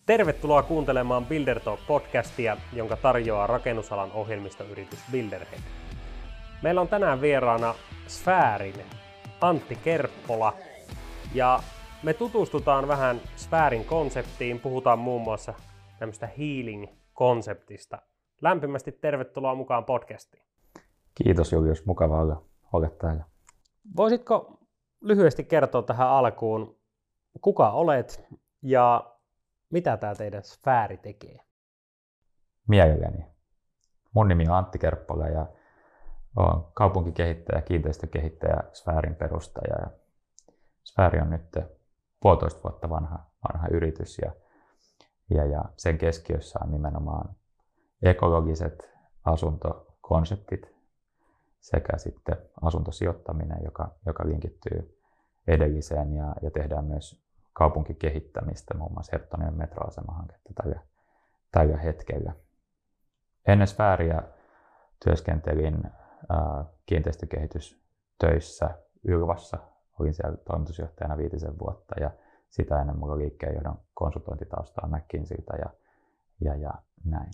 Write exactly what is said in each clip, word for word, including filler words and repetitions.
Tervetuloa kuuntelemaan Builder Talk-podcastia, jonka tarjoaa rakennusalan ohjelmistoyritys Builderhead. Meillä on tänään vieraana Sfäärin Antti Kerppola ja me tutustutaan vähän Sfäärin konseptiin, puhutaan muun muassa tämmöistä healing-konseptista. Lämpimästi tervetuloa mukaan podcastiin. Kiitos Julius, mukava olla, olla täällä. Voisitko lyhyesti kertoa tähän alkuun, kuka olet ja mitä tämä teidän Sfääri tekee? Mielelläni. Mun nimi on Antti Kerppola ja olen kaupunkikehittäjä, kiinteistökehittäjä, Sfäärin perustaja. Ja Sfääri on nyt puolitoista vuotta vanha, vanha yritys ja, ja, ja sen keskiössä on nimenomaan ekologiset asuntokonseptit sekä sitten asuntosijoittaminen, joka, joka linkittyy edelliseen ja, ja tehdään myös kaupunkikehittämistä, muun muassa Herttoniemen metroasemahanketta tällä, tällä hetkellä. Ennen Sfääriä työskentelin ää, kiinteistökehitystöissä Ylvassa. Olin siellä toimitusjohtajana viitisen vuotta ja sitä ennen minulla liikkeenjohdon konsultointitaustaa McKinseyltä ja, ja, ja näin.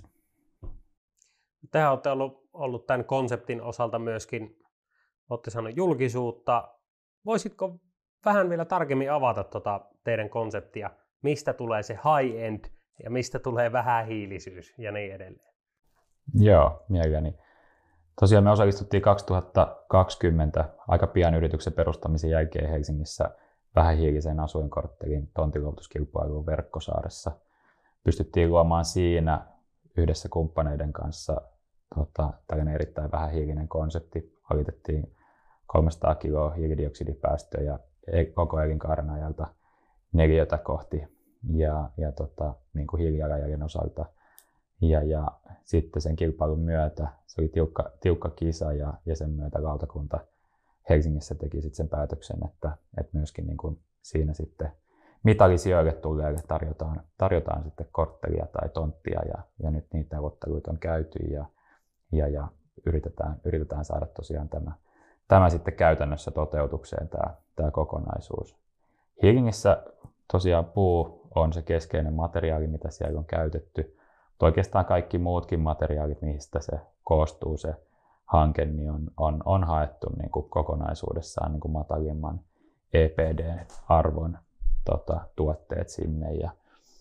Tehän olette ollut, ollut tämän konseptin osalta myöskin, olette saanut julkisuutta. Voisitko vähän vielä tarkemmin avata tuota teidän konseptia, mistä tulee se high-end ja mistä tulee vähähiilisyys ja niin edelleen? Joo, mielelläni. Tosiaan me osallistuttiin kaksituhattakaksikymmentä aika pian yrityksen perustamisen jälkeen Helsingissä vähähiilisen asuinkorttelin tontinluovutuskilpailuun Verkkosaaressa. Pystyttiin luomaan siinä yhdessä kumppaneiden kanssa tota, tällainen erittäin vähähiilinen konsepti. Valitettiin kolmesataa kiloa hiilidioksidipäästöjä koko elinkaaren ajalta neliötä kohti ja, ja tota, niin kuin hiilijalanjäljen osalta. Ja, ja sitten sen kilpailun myötä se oli tiukka, tiukka kisa ja, ja sen myötä lautakunta Helsingissä teki sitten sen päätöksen, että, että myöskin niin kuin siinä sitten mitalisijoille tulleille tarjotaan, tarjotaan sitten korttelia tai tonttia ja, ja nyt niitä neuvotteluita on käyty ja, ja, ja yritetään, yritetään saada tosiaan tämä, tämä sitten käytännössä toteutukseen tämä, tämä kokonaisuus. Healingissä tosiaan puu on se keskeinen materiaali, mitä siellä on käytetty. Mutta oikeastaan kaikki muutkin materiaalit, mistä se koostuu se hanke, niin on, on, on haettu niin kuin kokonaisuudessaan niin kuin matalimman E P D-arvon tota, tuotteet sinne. Ja,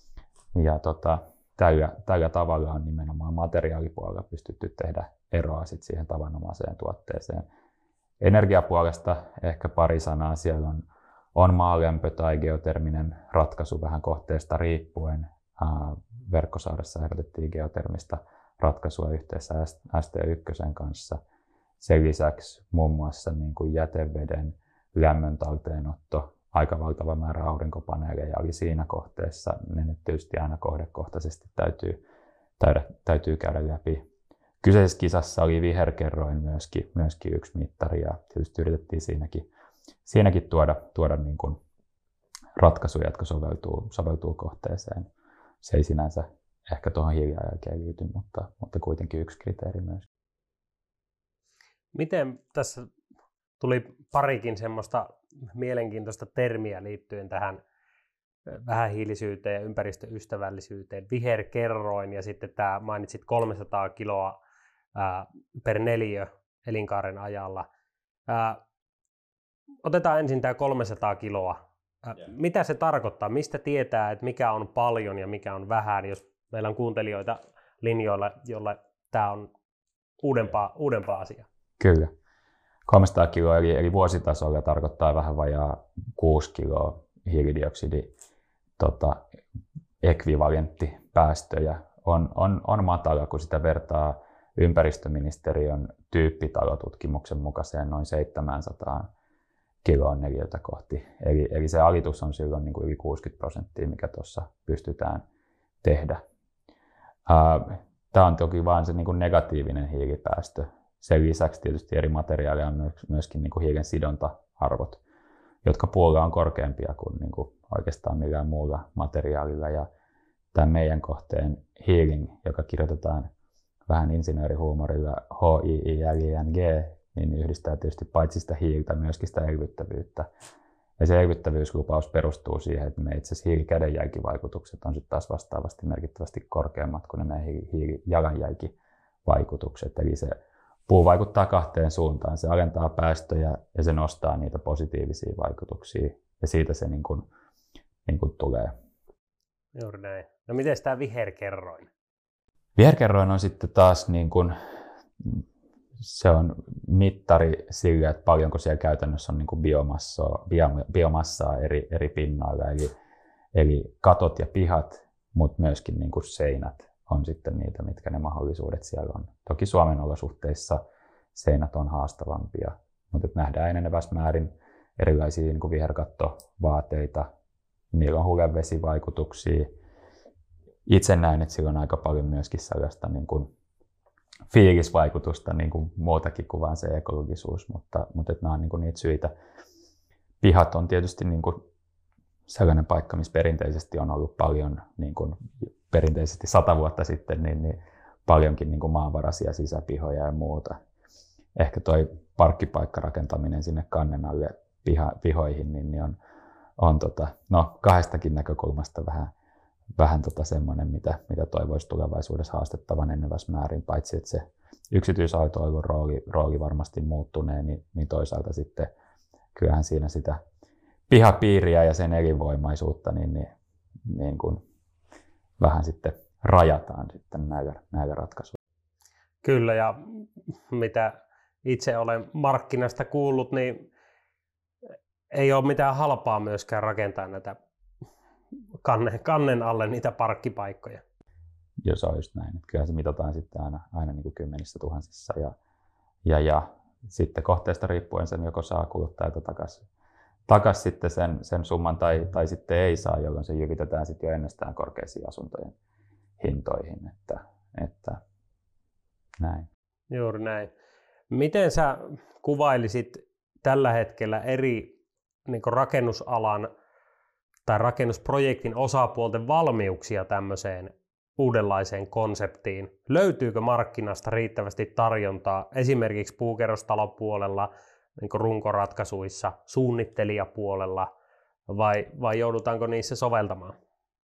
ja tota, tällä, tällä tavalla on nimenomaan materiaalipuolella pystytty tehdä eroa sit siihen tavanomaiseen tuotteeseen. Energiapuolesta ehkä pari sanaa. Siellä on, on maalämpö tai geoterminen ratkaisu vähän kohteesta riippuen. Verkkosaaressa ehdotettiin geotermistä ratkaisua yhteensä S T yksi kanssa. Sen lisäksi muun muassa niin kuin jäteveden lämmön talteenotto, aika valtava määrä aurinkopaneeleja oli siinä kohteessa. Ne nyt tietysti aina kohdekohtaisesti täytyy, täytyy käydä läpi. Kyseisessä kisassa oli viherkerroin myöskin, myöskin yksi mittari ja tietysti yritettiin siinäkin, siinäkin tuoda, tuoda niin kuin ratkaisuja, jotka soveltuu, soveltuu kohteeseen. Se ei sinänsä ehkä tuohon hiilijalanjälkeen liity, mutta, mutta kuitenkin yksi kriteeri myös. Miten tässä tuli parikin semmoista mielenkiintoista termiä liittyen tähän vähähiilisyyteen ja ympäristöystävällisyyteen, viherkerroin ja sitten tämä mainitsit kolmesataa kiloa ää, per neliö elinkaaren ajalla. Ää, otetaan ensin tämä kolmesataa kiloa. Mitä se tarkoittaa? Mistä tietää, että mikä on paljon ja mikä on vähän, jos meillä on kuuntelijoita linjoilla, jolle tämä on uudempaa, uudempaa asiaa? Kyllä. kolmesataa kiloa eli, eli vuositasolla tarkoittaa vähän vajaa kuusi kiloa hiilidioksidi tota, ekvivalenttipäästöjä. On, on, on matala, kun sitä vertaa ympäristöministeriön tyyppitalotutkimuksen mukaiseen noin seitsemänsataa kiloa neliötä kohti. Eli, eli se alitus on silloin niin kuin yli kuusikymmentä prosenttia, mikä tuossa pystytään tehdä. Tämä on toki vain se niin kuin negatiivinen hiilipäästö. Sen lisäksi tietysti eri materiaaleja on myöskin niin kuin hiilen sidonta-arvot, jotka puolella on korkeampia kuin, niin kuin oikeastaan millään muulla materiaalilla. Ja tämän meidän kohteen healing, joka kirjoitetaan vähän insinöörihuumorilla H I I L I N G, niin yhdistää tietysti paitsi sitä hiiltä, myöskin sitä elvyttävyyttä. Ja se elvyttävyyslupaus perustuu siihen, että me itse asiassa hiilikädenjälkivaikutukset on sitten taas vastaavasti merkittävästi korkeammat kuin ne meidän hiilijalanjälkivaikutukset. Eli se puu vaikuttaa kahteen suuntaan. Se alentaa päästöjä ja se nostaa niitä positiivisia vaikutuksia. Ja siitä se niin kuin, niin kuin tulee. Juuri näin. No miten tämä viherkerroin? Viherkerroin on sitten taas niin kuin, se on mittari sille, että paljonko siellä käytännössä on niin kuin biomassaa, biomassaa eri, eri pinnoilla. Eli, eli katot ja pihat, mutta myöskin niin kuin seinät on sitten niitä, mitkä ne mahdollisuudet siellä on. Toki Suomen olosuhteissa seinät on haastavampia, mutta nähdään enenevässä määrin erilaisia niin kuin viherkattovaateita. Niillä on hulevesivaikutuksia. Itse näen, että sillä on aika paljon myöskin sellaista niin kuin fiilisvaikutusta niin kuin muutakin kuin vain se ekologisuus, mutta, mutta että nämä on niin kuin niitä syitä. Pihat on tietysti niin kuin sellainen paikka, missä perinteisesti on ollut paljon, niin kuin perinteisesti sata vuotta sitten, niin, niin paljonkin niin kuin maanvaraisia sisäpihoja ja muuta. Ehkä toi parkkipaikkarakentaminen sinne kannen alle piha, pihoihin niin, niin on, on tota, no, kahdestakin näkökulmasta vähän vähän tota semmoinen, mitä, mitä toivoisi tulevaisuudessa haastettavan enenevässä määrin, paitsi että se yksityisautoilun rooli, rooli varmasti muuttunee, niin, niin toisaalta sitten kyllähän siinä sitä pihapiiriä ja sen elinvoimaisuutta niin, niin, niin kuin vähän sitten rajataan sitten näillä, näillä ratkaisuilla. Kyllä, ja mitä itse olen markkinasta kuullut, niin ei ole mitään halpaa myöskään rakentaa näitä Kannen, kannen alle niitä parkkipaikkoja. Joo, se on just näin. Että kyllähän se mitataan sitten aina, aina niin kuin kymmenissä tuhansissa. Ja, ja, ja sitten kohteesta riippuen sen joko saa kuluttajalta takaisin takas sitten sen, sen summan tai, tai sitten ei saa, jolloin se jyvitetään sitten jo ennestään korkeisiin asuntojen hintoihin. Että, että näin. Juuri näin. Miten sä kuvailisit tällä hetkellä eri niin kuin rakennusalan tai rakennusprojektin osapuolten valmiuksia tämmöiseen uudenlaiseen konseptiin? Löytyykö markkinasta riittävästi tarjontaa esimerkiksi puukerrostalopuolella, niin kuin runkoratkaisuissa, suunnittelijapuolella vai, vai joudutaanko niissä soveltamaan?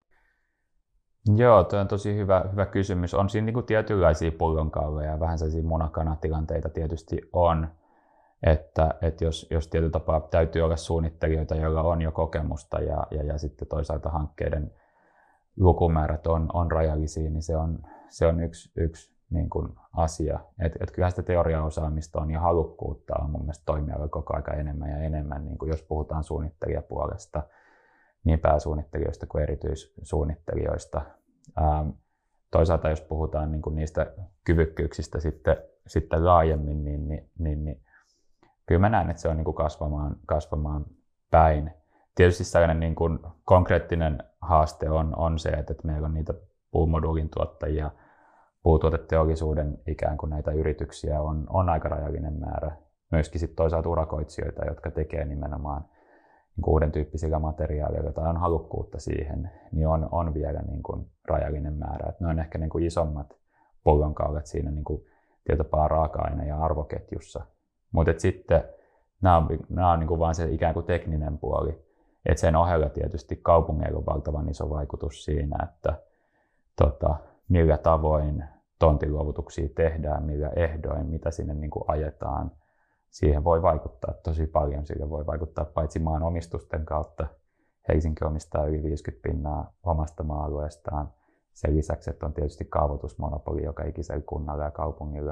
Joo, tuo on tosi hyvä, hyvä kysymys. On siinä niin kuin tietynlaisia pullonkauloja ja vähän sellaisia munakana-tilanteita tietysti on. Että, että jos, jos tietyllä tapaa täytyy olla suunnittelijoita, joilla on jo kokemusta ja, ja, ja sitten toisaalta hankkeiden lukumäärät on, on rajallisia, niin se on, se on yksi, yksi niin kuin asia. Et, et kyllähän sitä teoriaosaamista on ja halukkuutta on mun mielestä toimijalla koko ajan enemmän ja enemmän, niin kuin jos puhutaan suunnittelijapuolesta, niin pääsuunnittelijoista kuin erityissuunnittelijoista. Ähm, toisaalta jos puhutaan niin kuin niistä kyvykkyyksistä sitten, sitten laajemmin, niin, niin, niin, niin kyllä mä näen, että se on niin kuin kasvamaan, kasvamaan päin. Tietysti sellainen niin kuin konkreettinen haaste on, on se, että meillä on niitä puumoduulin tuottajia, puutuoteteollisuuden ikään kuin näitä yrityksiä on, on aika rajallinen määrä. Myöskin sitten toisaalta urakoitsijoita, jotka tekee nimenomaan niin kuin uuden tyyppisillä materiaaleilla tai on halukkuutta siihen, niin on, on vielä niin kuin rajallinen määrä. Et ne on ehkä niin kuin isommat pullonkaulat siinä niin kuin tietopaa raaka-aine- ja arvoketjussa. Mutta sitten nämä on, nämä on niin kuin vaan se ikään kuin tekninen puoli. Et sen ohella tietysti kaupungeilla on valtavan iso vaikutus siinä, että tota, millä tavoin tontinluovutuksia tehdään, millä ehdoin, mitä sinne niin kuin ajetaan. Siihen voi vaikuttaa tosi paljon. Siihen voi vaikuttaa paitsi maan omistusten kautta. Helsinki omistaa yli viisikymmentä pinnaa omasta maa-alueestaan. Sen lisäksi, että on tietysti kaavoitusmonopoli joka ikisellä kunnalla ja kaupungilla.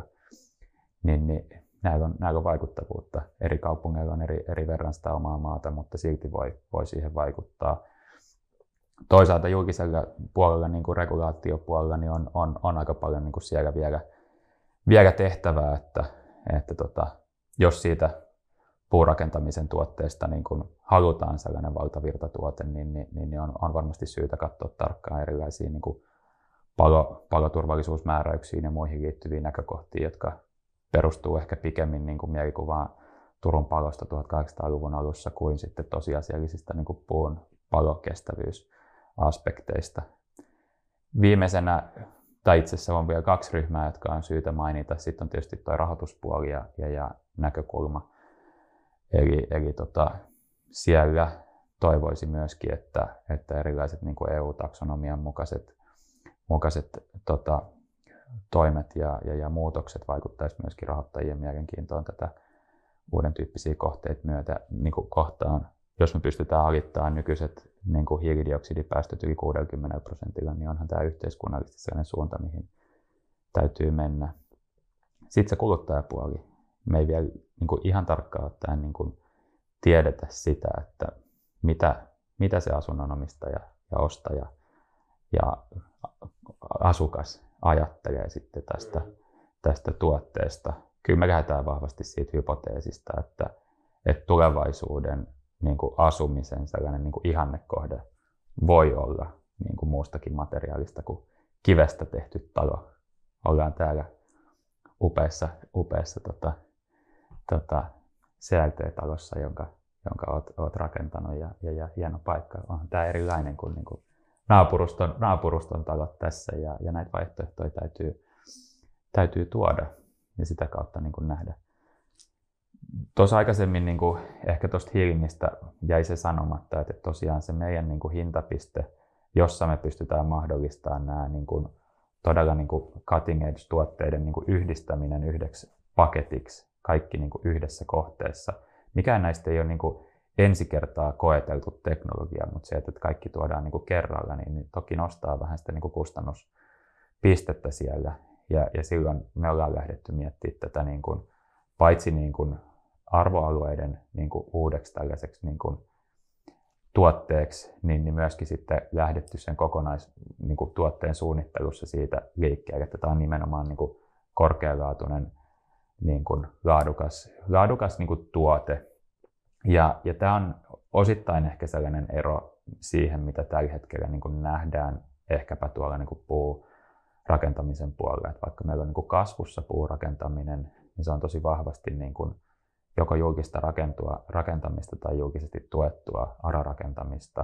Niin, niin näillä on, näillä on vaikuttavuutta. Eri kaupungeilla on eri, eri verran sitä omaa maata, mutta silti voi, voi siihen vaikuttaa. Toisaalta julkisella puolella, niin kuin regulaatiopuolella, niin on, on, on aika paljon niin kuin siellä vielä, vielä tehtävää, että, että tota, jos siitä puurakentamisen tuotteesta niin kun halutaan sellainen valtavirtatuote, niin, niin, niin on, on varmasti syytä katsoa tarkkaan erilaisia niin kuin palo, paloturvallisuusmääräyksiin ja muihin liittyviin näkökohtiin, jotka perustuu ehkä pikemmin niin kuin mielikuvaan Turun palosta tuhatkahdeksansataaluvun alussa kuin sitten tosiasiallisista niin kuin puun palokestävyysaspekteista. Viimeisenä, tai itse asiassa on vielä kaksi ryhmää, jotka on syytä mainita. Sitten on tietysti tuo rahoituspuoli ja, ja, ja näkökulma. Eli, eli tota, siellä toivoisin myöskin, että, että erilaiset niin kuin E U-taksonomian mukaiset, mukaiset tota, toimet ja, ja, ja muutokset vaikuttaisi myöskin rahoittajien mielenkiintoon tätä uuden tyyppisiä kohteita myötä niin kuin kohtaan. Jos me pystytään alittamaan nykyiset niin kuin hiilidioksidipäästöt yli kuusikymmentä prosentilla, niin onhan tämä yhteiskunnallisesti sellainen suunta, mihin täytyy mennä. Sitten se kuluttajapuoli. Me ei vielä niin kuin ihan tarkkaan ottaen niin kuin tiedetä sitä, että mitä, mitä se asunnonomistaja ja ostaja ja asukas ajattelee sitten tästä, tästä tuotteesta. Kyllä me lähdetään vahvasti siitä hypoteesista, että, että tulevaisuuden niin kuin asumisen sellainen niin kuin ihannekohde voi olla niin kuin muustakin materiaalista kuin kivestä tehty talo. Ollaan täällä upeassa, upeassa tota, tota C L T-talossa, jonka, jonka oot, oot rakentanut ja, ja, ja hieno paikka. Onhan tämä erilainen kuin, niin kuin naapuruston, naapuruston talot tässä ja, ja näitä vaihtoehtoja täytyy, täytyy tuoda ja sitä kautta niin kuin nähdä. Tuossa aikaisemmin niin kuin, ehkä tuosta healingistä jäi se sanomatta, että tosiaan se meidän niin kuin hintapiste, jossa me pystytään mahdollistamaan nämä niin kuin, todella niin kuin cutting edge tuotteiden niin kuin yhdistäminen yhdeksi paketiksi, kaikki niin kuin yhdessä kohteessa. Mikään näistä ei ole niin kuin ensi kertaa koeteltu teknologia, mutta se, että kaikki tuodaan niin kuin kerralla, niin, niin toki nostaa vähän sitä niin kuin kustannuspistettä siellä. Ja, ja silloin me ollaan lähdetty miettimään tätä niin kuin, paitsi niin kuin arvoalueiden niin kuin uudeksi tällaiseksi niin kuin tuotteeksi, niin, niin myöskin sitten lähdetty sen kokonais niin kuin tuotteen suunnittelussa siitä liikkeelle, että tämä on nimenomaan niin kuin korkealaatuinen, niin kuin laadukas, laadukas niin kuin tuote. Ja, ja tämä on osittain ehkä sellainen ero siihen, mitä tällä hetkellä niin kuin nähdään ehkäpä tuolla niin kuin puurakentamisen puolella. Että vaikka meillä on niin kuin kasvussa puurakentaminen, niin se on tosi vahvasti niin kuin joko julkista rakentua, rakentamista tai julkisesti tuettua A R A-rakentamista.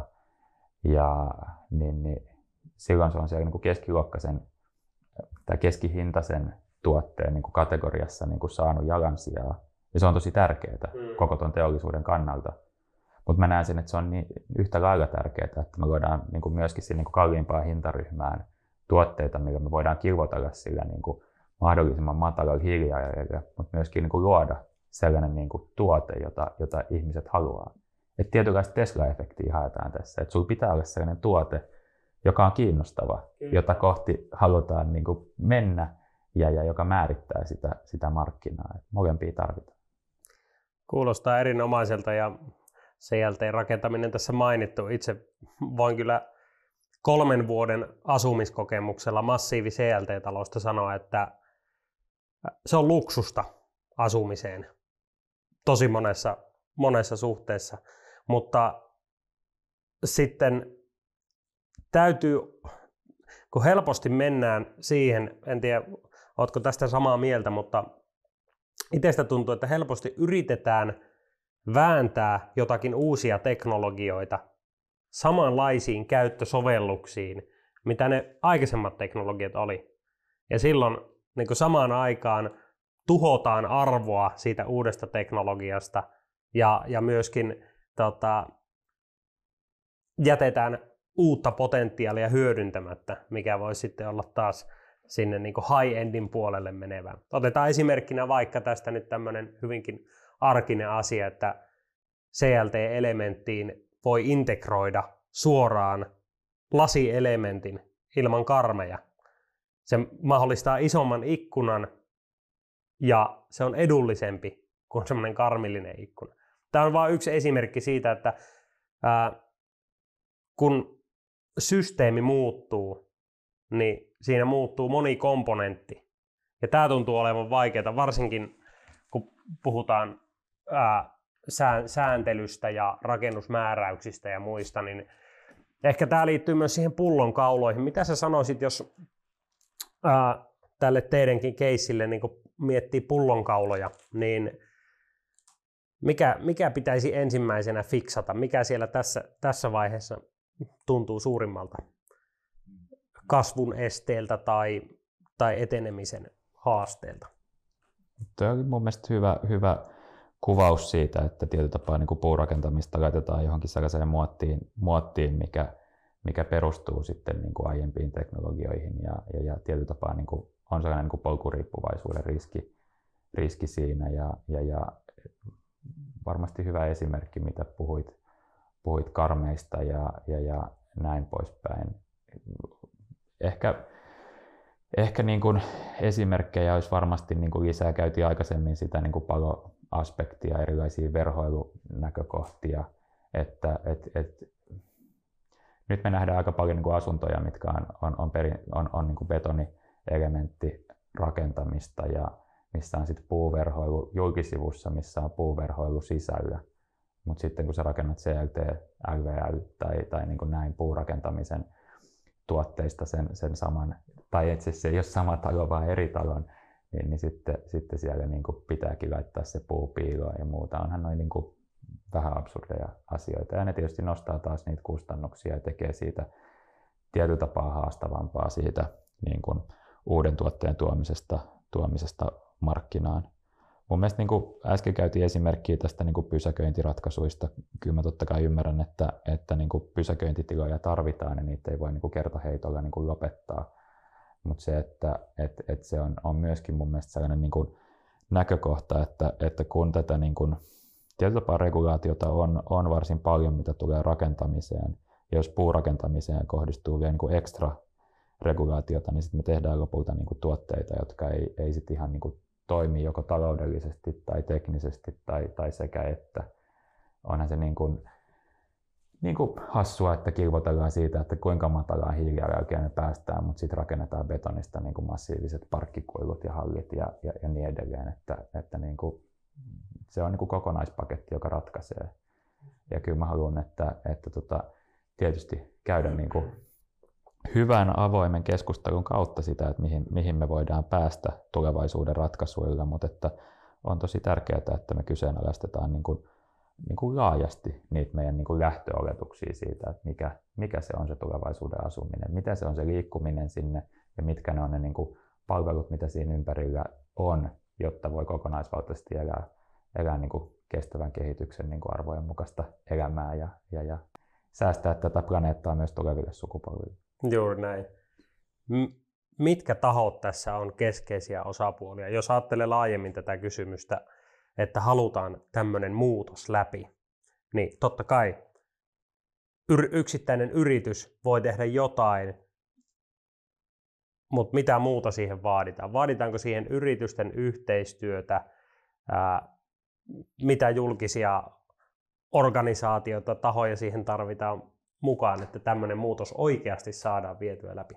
Ja niin, niin silloin se on siellä niin kuin keskiluokkaisen tai keskihintaisen tuotteen niin kuin kategoriassa niin kuin saanut jalansijaa. Ja se on tosi tärkeää mm. koko tuon teollisuuden kannalta. Mutta mä näen sen, että se on niin yhtä lailla tärkeää, että me voidaan niin kuin myöskin sinne niin kalliimpaan hintaryhmään tuotteita, millä me voidaan kilvoitella sillä niin kuin mahdollisimman matalalla hiilijalanjäljellä, mutta myöskin niin kuin luoda sellainen niin kuin tuote, jota, jota ihmiset haluaa. Et tietynlaista Tesla-efektiä haetaan tässä. Että sulla pitää olla sellainen tuote, joka on kiinnostava, Kyllä. jota kohti halutaan niin kuin mennä ja, ja joka määrittää sitä, sitä markkinaa. Et molempia tarvitaan. Kuulostaa erinomaiselta ja C L T-rakentaminen tässä mainittu. Itse voin kyllä kolmen vuoden asumiskokemuksella massiivi C L T-talosta sanoa, että se on luksusta asumiseen tosi monessa, monessa suhteessa, mutta sitten täytyy, kun helposti mennään siihen, en tiedä, ootko tästä samaa mieltä, mutta itsestä tuntuu, että helposti yritetään vääntää jotakin uusia teknologioita samanlaisiin käyttösovelluksiin, mitä ne aikaisemmat teknologiat oli. Ja silloin niin kuin samaan aikaan tuhotaan arvoa siitä uudesta teknologiasta ja, ja myöskin tota, jätetään uutta potentiaalia hyödyntämättä, mikä voi sitten olla taas sinne niin kuin high-endin puolelle menevä. Otetaan esimerkkinä vaikka tästä nyt tämmöinen hyvinkin arkinen asia, että C L T-elementtiin voi integroida suoraan lasielementin ilman karmeja. Se mahdollistaa isomman ikkunan ja se on edullisempi kuin semmoinen karmillinen ikkuna. Tämä on vain yksi esimerkki siitä, että ää, kun systeemi muuttuu, niin siinä muuttuu moni komponentti. Ja tämä tuntuu olevan vaikeaa, varsinkin kun puhutaan ää, sääntelystä ja rakennusmääräyksistä ja muista, niin ehkä tämä liittyy myös siihen pullonkauloihin. Mitä sä sanoisit, jos ää, tälle teidänkin keissille niin kun miettii pullonkauloja, niin mikä, mikä pitäisi ensimmäisenä fiksata? Mikä siellä tässä, tässä vaiheessa tuntuu suurimmalta kasvun esteeltä tai, tai etenemisen haasteelta? Tuo oli mun mielestä hyvä, hyvä kuvaus siitä, että tietyllä tapaa niin kuin puurakentamista laitetaan johonkin sellaiseen muottiin, muottiin mikä, mikä perustuu sitten niin kuin aiempiin teknologioihin ja, ja, ja tietyllä tapaa niin kuin on sellainen niin kuin polkuriippuvaisuuden riski, riski siinä ja, ja, ja varmasti hyvä esimerkki, mitä puhuit, puhuit karmeista ja, ja, ja näin poispäin. Ehkä, ehkä niin kuin esimerkkejä olisi varmasti niin kuin lisää. Käytiin aikaisemmin sitä niin kuin paloaspektia, erilaisia verhoilunäkökohtia. Että, et, et, nyt me nähdään aika paljon niin kuin asuntoja, mitkä on, on, on, peri, on, on niin kuin betonielementti rakentamista ja missä on sitten puuverhoilu julkisivussa, missä on puuverhoilu sisällä. Mutta sitten kun sä rakennat C L T, L V L tai, tai niin kuin näin puurakentamisen tuotteista sen, sen saman, tai itse se ei ole sama talo, vaan eri talon, niin, niin sitten, sitten siellä niin kuin pitääkin laittaa se puu piiloon ja muuta. Onhan noin niin kuin vähän absurdeja asioita. Ja ne tietysti nostaa taas niitä kustannuksia ja tekee siitä tietyllä tapaa haastavampaa siitä niin kuin uuden tuotteen tuomisesta, tuomisesta markkinaan. Mun mielestä niin kuin äsken käytiin esimerkkiä tästä niin kuin pysäköintiratkaisuista. Kyllä mä totta kai ymmärrän, että, että niin kuin pysäköintitiloja tarvitaan ja niitä ei voi niin kuin kertaheitolla niin kuin lopettaa. Mutta se, että et, et se on, on myöskin mun mielestä sellainen niin kuin näkökohta, että, että kun tätä niin kuin tietyllä tapaa regulaatiota on, on varsin paljon, mitä tulee rakentamiseen, ja jos puurakentamiseen kohdistuu vielä niin kuin ekstra regulaatiota, niin sitten me tehdään lopulta niin kuin tuotteita, jotka ei, ei sit ihan niin kuin toimi joko taloudellisesti tai teknisesti tai, tai sekä että. Onhan se niin kuin, niin kuin hassua, että kilvoitellaan siitä, että kuinka matalaan hiilijalanjälkeen me päästään, mutta sitten rakennetaan betonista niin kuin massiiviset parkkikuilut ja hallit ja, ja, ja niin edelleen. Että, että niin kuin, se on niin kuin kokonaispaketti, joka ratkaisee. Ja kyllä mä haluan, että, että tota, tietysti käydä niin kuin hyvän avoimen keskustelun kautta sitä, että mihin, mihin me voidaan päästä tulevaisuuden ratkaisuilla, mutta että on tosi tärkeää, että me kyseenalaistetaan niin kuin, niin kuin laajasti niitä meidän niin kuin lähtöoletuksia siitä, että mikä, mikä se on se tulevaisuuden asuminen, mitä se on se liikkuminen sinne ja mitkä ne on ne niin kuin palvelut, mitä siinä ympärillä on, jotta voi kokonaisvaltaisesti elää, elää niin kuin kestävän kehityksen niin kuin arvojen mukaista elämää ja, ja, ja säästää tätä planeettaa myös tuleville sukupolville. Juuri näin. M- mitkä tahot tässä on keskeisiä osapuolia? Jos ajattelee laajemmin tätä kysymystä, että halutaan tämmöinen muutos läpi, niin totta kai yr- yksittäinen yritys voi tehdä jotain, mutta mitä muuta siihen vaaditaan? Vaaditaanko siihen yritysten yhteistyötä? Ää, mitä julkisia organisaatioita, tahoja siihen tarvitaan mukaan, että tämmöinen muutos oikeasti saadaan vietyä läpi?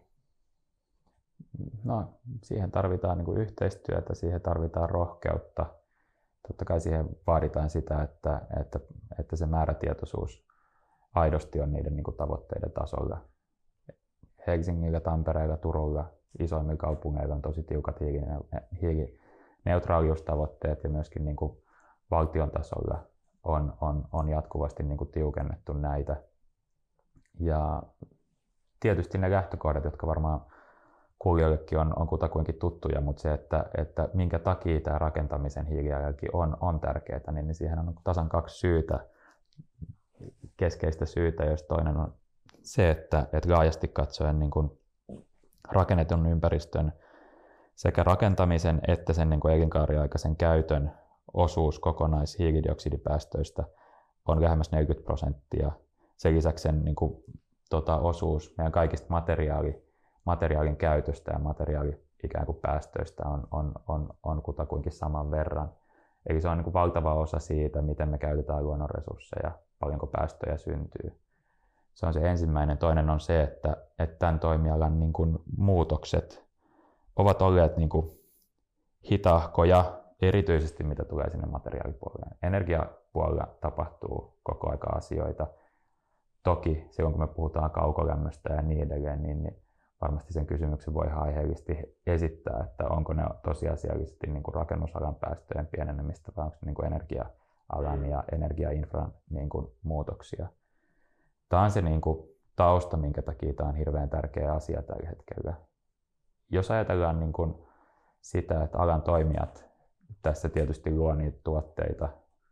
No, siihen tarvitaan niin kuin yhteistyötä, siihen tarvitaan rohkeutta. Totta kai siihen vaaditaan sitä, että, että, että se määrätietoisuus aidosti on niiden niin kuin tavoitteiden tasolla. Helsingillä, Tampereella, Turulla, isoimmilla kaupungeilla on tosi tiukat hiilineutraaliustavoitteet ja myöskin niin kuin valtion tasolla on, on, on jatkuvasti niin kuin tiukennettu näitä. Ja tietysti ne lähtökohdat, jotka varmaan kuulijoillekin on, on kutakuinkin tuttuja, mutta se, että, että minkä takia tämä rakentamisen hiilijalanjälki on, on tärkeää, niin, niin siihen on tasan kaksi syytä, keskeistä syytä, jos toinen on se, että, että laajasti katsoen niin kuin rakennetun ympäristön sekä rakentamisen että sen niin kuin elinkaariaikaisen käytön osuus kokonaishiilidioksidipäästöistä on lähemmäs neljäkymmentä prosenttia. Sen lisäksi sen niin kuin, tota, osuus meidän kaikista materiaali, materiaalin käytöstä ja materiaali ikään kuin päästöistä on, on, on, on kutakuinkin saman verran. Eli se on niin kuin valtava osa siitä, miten me käytetään luonnonresursseja, paljonko päästöjä syntyy. Se on se ensimmäinen. Toinen on se, että, että tämän toimialan niin kuin muutokset ovat olleet niin kuin hitahkoja, erityisesti mitä tulee sinne materiaalipuolelle. Energiapuolella tapahtuu koko aika asioita. Toki silloin kun me puhutaan kaukolämmöstä ja niin edelleen, niin, niin varmasti sen kysymyksen voi ihan aiheellisesti esittää, että onko ne tosiasiallisesti niin kuin rakennusalan päästöjen pienenemistä vai onko ne niin kuin energia-alan ja energiainfran niin kuin muutoksia. Tämä on se niin kuin tausta, minkä takia tämä on hirveän tärkeä asia tällä hetkellä. Jos ajatellaan niin kuin sitä, että alan toimijat tässä tietysti luo niitä tuotteita,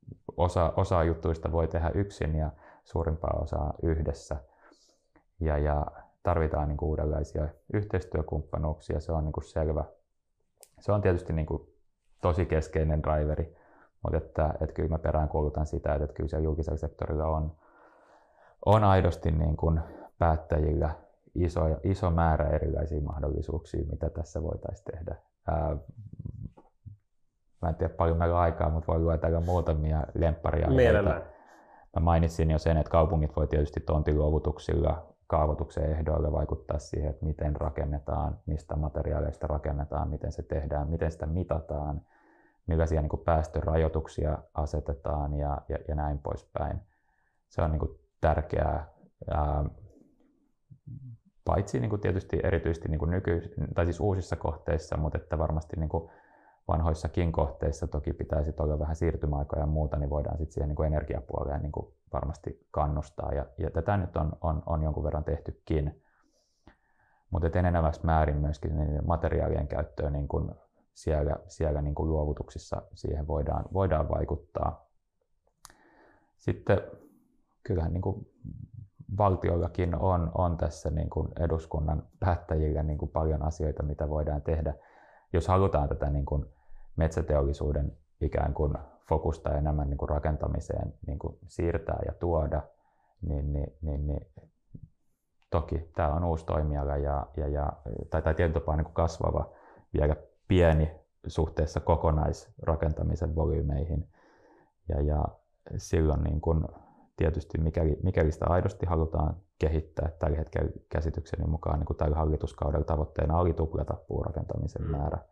osa, osa jutuista voi tehdä yksin ja suurimpaa osaa yhdessä. Ja, ja tarvitaan niin kuin uudenlaisia yhteistyökumppanuuksia, se on niin kuin selvä. Se on tietysti niin kuin tosi keskeinen driveri, mutta että, että kyllä mä peräänkuulutan sitä, että, että kyllä siellä julkisella sektorilla on, on aidosti niin kuin päättäjillä iso, iso määrä erilaisia mahdollisuuksia, mitä tässä voitaisiin tehdä. Ää, mä en tiedä paljon meillä on aikaa, mutta voi luetella muutamia lempparia. Mielellään. Mä mainitsin jo sen, että kaupungit voi tietysti tontiluovutuksilla, kaavoituksen ehdoilla vaikuttaa siihen, että miten rakennetaan, mistä materiaaleista rakennetaan, miten se tehdään, miten sitä mitataan, millaisia niin kuin päästörajoituksia asetetaan ja, ja, ja näin poispäin. Se on niin kuin tärkeää, ää, paitsi niin kuin tietysti erityisesti niin kuin nyky, tai siis uusissa kohteissa, mutta että varmasti niin kuin vanhoissakin kohteissa toki pitäisi olla vähän siirtymäaikoja ja muuta, niin voidaan sitten siihen niin kuin energiapuoleen niin kuin varmasti kannustaa. Ja, ja tätä nyt on, on, on jonkun verran tehtykin. Mutta enenevässä määrin myöskin niin materiaalien käyttöön niin kuin siellä, siellä niin kuin luovutuksissa siihen voidaan, voidaan vaikuttaa. Sitten kyllähän niin kuin valtiollakin on, on tässä niin kuin eduskunnan päättäjillä niin kuin paljon asioita, mitä voidaan tehdä. Jos halutaan tätä niin kuin metsäteollisuuden ikään kuin fokusta enemmän niin kuin rakentamiseen niin kuin siirtää ja tuoda, niin, niin, niin, niin toki tämä on uusi toimiala ja, ja, ja, tai, tai tietyllä tapaa niin kuin kasvava, vielä pieni suhteessa kokonaisrakentamisen volyymeihin. Ja, ja silloin niin kuin tietysti mikäli, mikäli sitä aidosti halutaan kehittää, tällä hetkellä käsitykseni mukaan niin kuin tällä hallituskaudella tavoitteena oli tuplata puurakentamisen mm. määrä.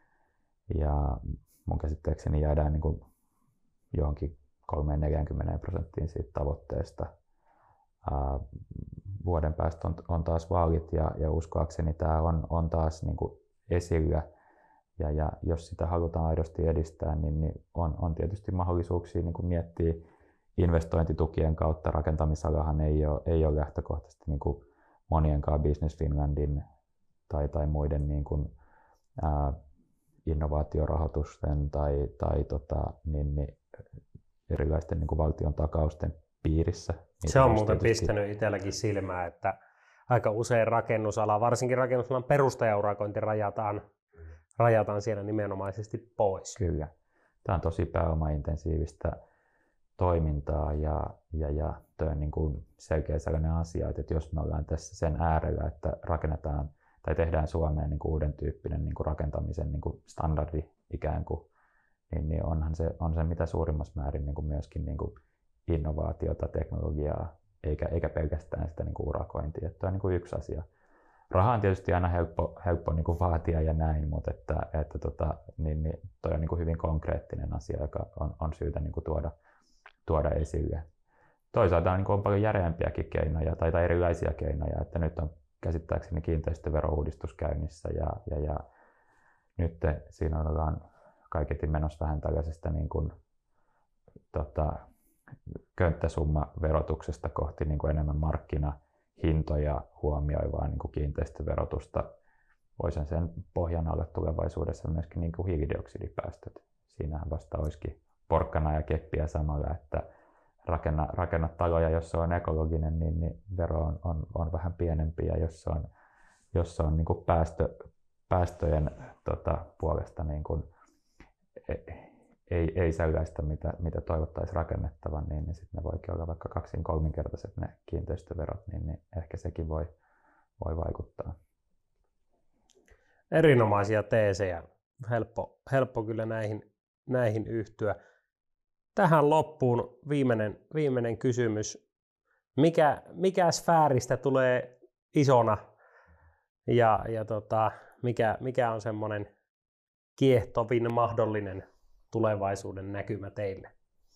Ja mun käsitteekseni jäädään niin kuin johonkin kolmekymmentä neljäkymmentä prosenttiin siitä tavoitteesta. Ää, vuoden päästä on, on taas vaalit ja, ja uskoakseni tämä on, on taas niin kuin esillä. Ja, ja jos sitä halutaan aidosti edistää, niin, niin on, on tietysti mahdollisuuksia niin kuin miettiä investointitukien kautta. Rakentamisalahan ei ole, ei ole lähtökohtaisesti niin kuin monienkaan Business Finlandin tai, tai muiden niin kuin, ää, innovaatiorahoitusten tai, tai tota, niin, niin erilaisten niin kuin valtion takausten piirissä. Se on muuten tietysti pistänyt itselläkin silmää, että aika usein rakennusala, varsinkin rakennusalan perustajaurakointi rajataan, rajataan siellä nimenomaisesti pois. Kyllä. Tämä on tosi pääomaintensiivistä toimintaa ja, ja, ja tuo on niin kuin selkeä sellainen asia, että jos me ollaan tässä sen äärellä, että rakennetaan tai tehdään Suomeen niin kuin uuden tyyppinen niin kuin rakentamisen niin kuin standardi ikään kuin, niin, niin onhan se, on se mitä suurimmassa määrin niin kuin myöskin niin kuin innovaatiota, teknologiaa, eikä, eikä pelkästään sitä niin kuin urakointia. Tuo on niin kuin yksi asia. Raha on tietysti aina helppo, helppo niin kuin vaatia ja näin, mutta että, että tota, niin, niin toi on niin kuin hyvin konkreettinen asia, joka on, on syytä niin kuin tuoda, tuoda esille. Toisaalta on, niin kuin on paljon järeämpiäkin keinoja tai, tai erilaisia keinoja, että nyt on käsittääkseni kiinteistöverouudistus käynnissä ja, ja, ja nyt siinä ollaan kaiketi menossa vähän tällaisesta niin kuin, tota, könttäsummaverotuksesta kohti niin kuin enemmän markkinahintoja huomioivaa niin kuin kiinteistöverotusta. Voisin sen pohjan alla tulevaisuudessa myöskin niin kuin hiilidioksidipäästöt. Siinähän vasta olisikin porkkana ja keppiä samalla, että rakenna, rakenna taloja, jos se on ekologinen, niin, niin vero on, on, on vähän pienempi, ja jos se on, jos se on niin kuin päästö, päästöjen tota, puolesta niin kuin, ei, ei sellaista, mitä, mitä toivottaisiin rakennettavan, niin, niin sitten ne voikin olla vaikka kaksin kolminkertaiset ne kiinteistöverot, niin, niin ehkä sekin voi, voi vaikuttaa. Erinomaisia teesejä. Helppo, helppo kyllä näihin, näihin yhtyä. Tähän loppuun viimeinen, viimeinen kysymys. Mikä, mikä sfääristä tulee isona ja, ja tota, mikä, mikä on semmoinen kiehtovin mahdollinen tulevaisuuden näkymä teille?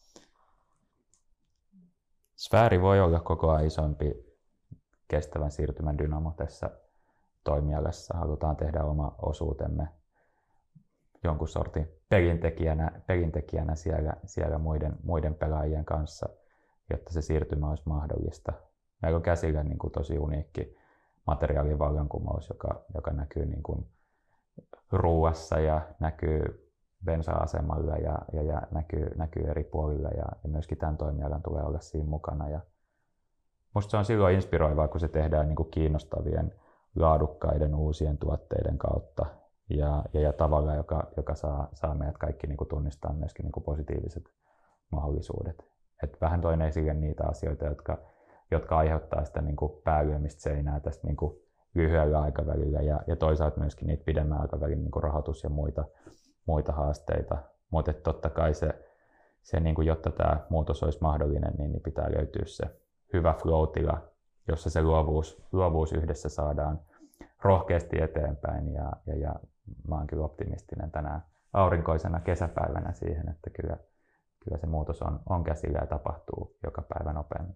Sfääri voi olla koko ajan isompi kestävän siirtymän dynamo tässä toimialassa. Halutaan tehdä oma osuutemme jonkun sortin pelintekijänä, pelintekijänä siellä, siellä muiden, muiden pelaajien kanssa, jotta se siirtymä olisi mahdollista. Meillä on käsillä niin kuin tosi uniikki materiaalin vallankumous, joka, joka näkyy niin kuin ruuassa ja näkyy bensa-asemalla ja, ja, ja näkyy, näkyy eri puolilla ja, ja myöskin tämän toimialan tulee olla siinä mukana. Ja musta se on silloin inspiroivaa, kun se tehdään niin kuin kiinnostavien, laadukkaiden uusien tuotteiden kautta ja, ja, ja tavalla, joka, joka saa, saa meidät kaikki niin kuin tunnistaa myöskin niin kuin positiiviset mahdollisuudet. Et vähän toin esille niitä asioita, jotka, jotka aiheuttaa sitä niin kuin päälyömistä seinää tästä niin kuin lyhyellä aikavälillä ja, ja toisaalta myöskin niitä pidemmän aikavälin niin kuin rahoitus- ja muita, muita haasteita. Mutta totta kai se, se niin kuin, jotta tämä muutos olisi mahdollinen, niin, niin pitää löytyä se hyvä flow-tila, jossa se luovuus, luovuus yhdessä saadaan rohkeasti eteenpäin. Ja, ja, ja mä oon kyllä optimistinen tänään aurinkoisena kesäpäivänä siihen, että kyllä, kyllä se muutos on, on käsillä ja tapahtuu joka päivä nopeammin.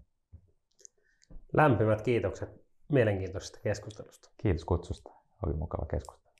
Lämpimät kiitokset mielenkiintoisesta keskustelusta. Kiitos kutsusta. Oli mukava keskustella.